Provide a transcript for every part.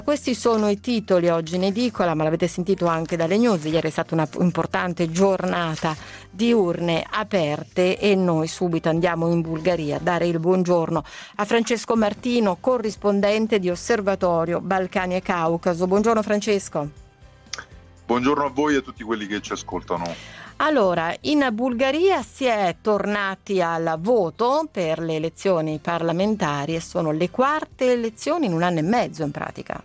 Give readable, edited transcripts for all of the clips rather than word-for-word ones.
Questi sono i titoli oggi in edicola, ma l'avete sentito anche dalle news. Ieri è stata una importante giornata di urne aperte e noi subito andiamo in Bulgaria a dare il buongiorno a Francesco Martino, corrispondente di Osservatorio Balcani e Caucaso. Buongiorno Francesco. Buongiorno a voi e a tutti quelli che ci ascoltano. Allora, in Bulgaria si è tornati al voto per le elezioni parlamentari e sono le quarte elezioni in un anno e mezzo in pratica.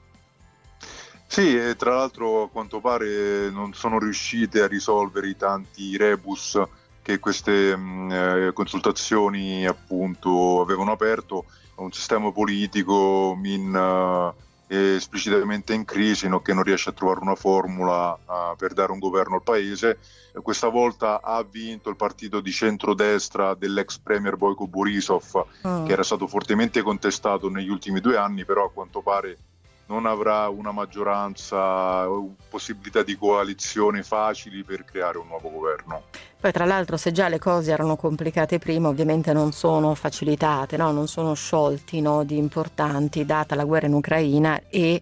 Sì, e tra l'altro a quanto pare non sono riuscite a risolvere i tanti rebus che queste consultazioni appunto avevano aperto, un sistema politico esplicitamente in crisi, che non riesce a trovare una formula per dare un governo al paese. Questa volta ha vinto il partito di centrodestra dell'ex premier Boyko Borisov, che era stato fortemente contestato negli ultimi 2 anni, però a quanto pare non avrà una maggioranza o possibilità di coalizione facili per creare un nuovo governo. Poi tra l'altro, se già le cose erano complicate prima, ovviamente non sono facilitate, no? Non sono sciolti nodi importanti data la guerra in Ucraina e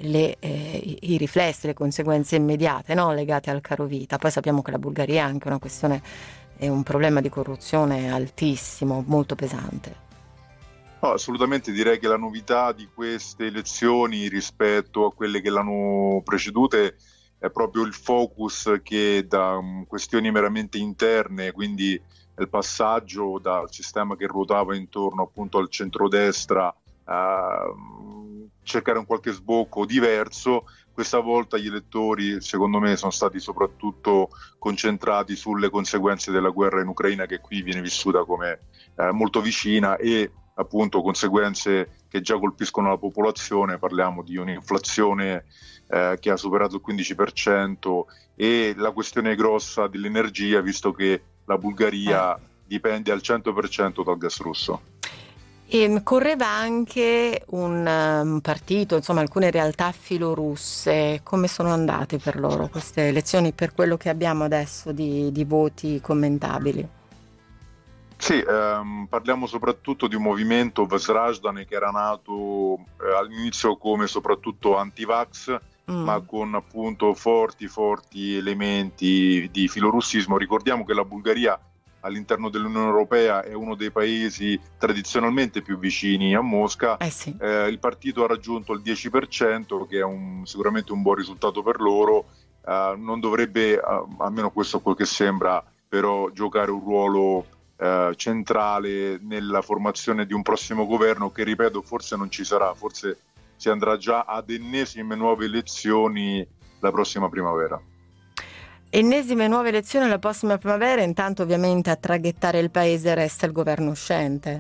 i riflessi, le conseguenze immediate, no? Legate al caro vita. Poi sappiamo che la Bulgaria è anche una questione, è un problema di corruzione altissimo, molto pesante. No, assolutamente, direi che la novità di queste elezioni rispetto a quelle che l'hanno precedute è proprio il focus che da questioni meramente interne, quindi il passaggio dal sistema che ruotava intorno appunto al centrodestra a cercare un qualche sbocco diverso. Questa volta gli elettori, secondo me, sono stati soprattutto concentrati sulle conseguenze della guerra in Ucraina, che qui viene vissuta come molto vicina, e appunto conseguenze che già colpiscono la popolazione. Parliamo di un'inflazione che ha superato il 15% e la questione grossa dell'energia, visto che la Bulgaria dipende al 100% dal gas russo. E correva anche un partito, insomma alcune realtà filorusse. Come sono andate per loro queste elezioni, per quello che abbiamo adesso di voti commentabili? Sì, parliamo soprattutto di un movimento Vazraždane che era nato all'inizio come soprattutto anti-vax, ma con appunto forti elementi di filorussismo. Ricordiamo che la Bulgaria all'interno dell'Unione Europea è uno dei paesi tradizionalmente più vicini a Mosca. Sì. Il partito ha raggiunto il 10%, che è sicuramente un buon risultato per loro. Non dovrebbe, almeno questo è quel che sembra, però giocare un ruolo centrale nella formazione di un prossimo governo che, ripeto, forse non ci sarà, forse si andrà già ad ennesime nuove elezioni la prossima primavera. Ennesime nuove elezioni la prossima primavera, intanto ovviamente a traghettare il paese resta il governo uscente.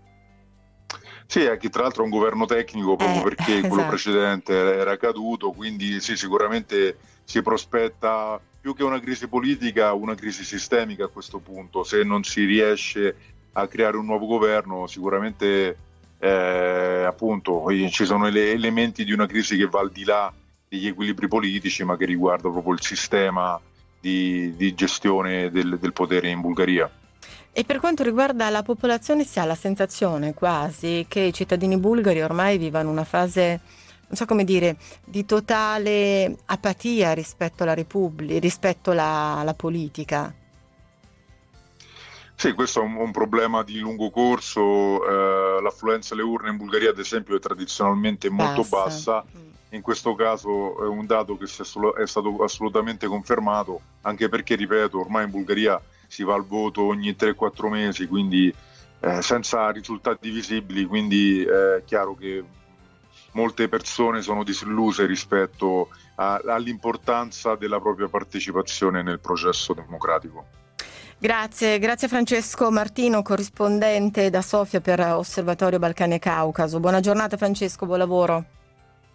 Sì, è che tra l'altro è un governo tecnico proprio perché quello esatto. precedente era caduto, quindi sì, sicuramente si prospetta più che una crisi politica, una crisi sistemica a questo punto. Se non si riesce a creare un nuovo governo, sicuramente appunto ci sono elementi di una crisi che va al di là degli equilibri politici, ma che riguarda proprio il sistema di gestione del potere in Bulgaria. E per quanto riguarda la popolazione, si ha la sensazione quasi che i cittadini bulgari ormai vivano una fase, non so come dire, di totale apatia rispetto alla Repubblica, rispetto alla politica. Sì, questo è un problema di lungo corso. L'affluenza alle urne in Bulgaria, ad esempio, è tradizionalmente molto bassa. In questo caso è un dato che è stato assolutamente confermato, anche perché, ripeto, ormai in Bulgaria si va al voto ogni 3-4 mesi, quindi senza risultati visibili, quindi è chiaro che molte persone sono disilluse rispetto all'importanza della propria partecipazione nel processo democratico. Grazie Francesco Martino, corrispondente da Sofia per Osservatorio Balcani e Caucaso. Buona giornata Francesco, buon lavoro.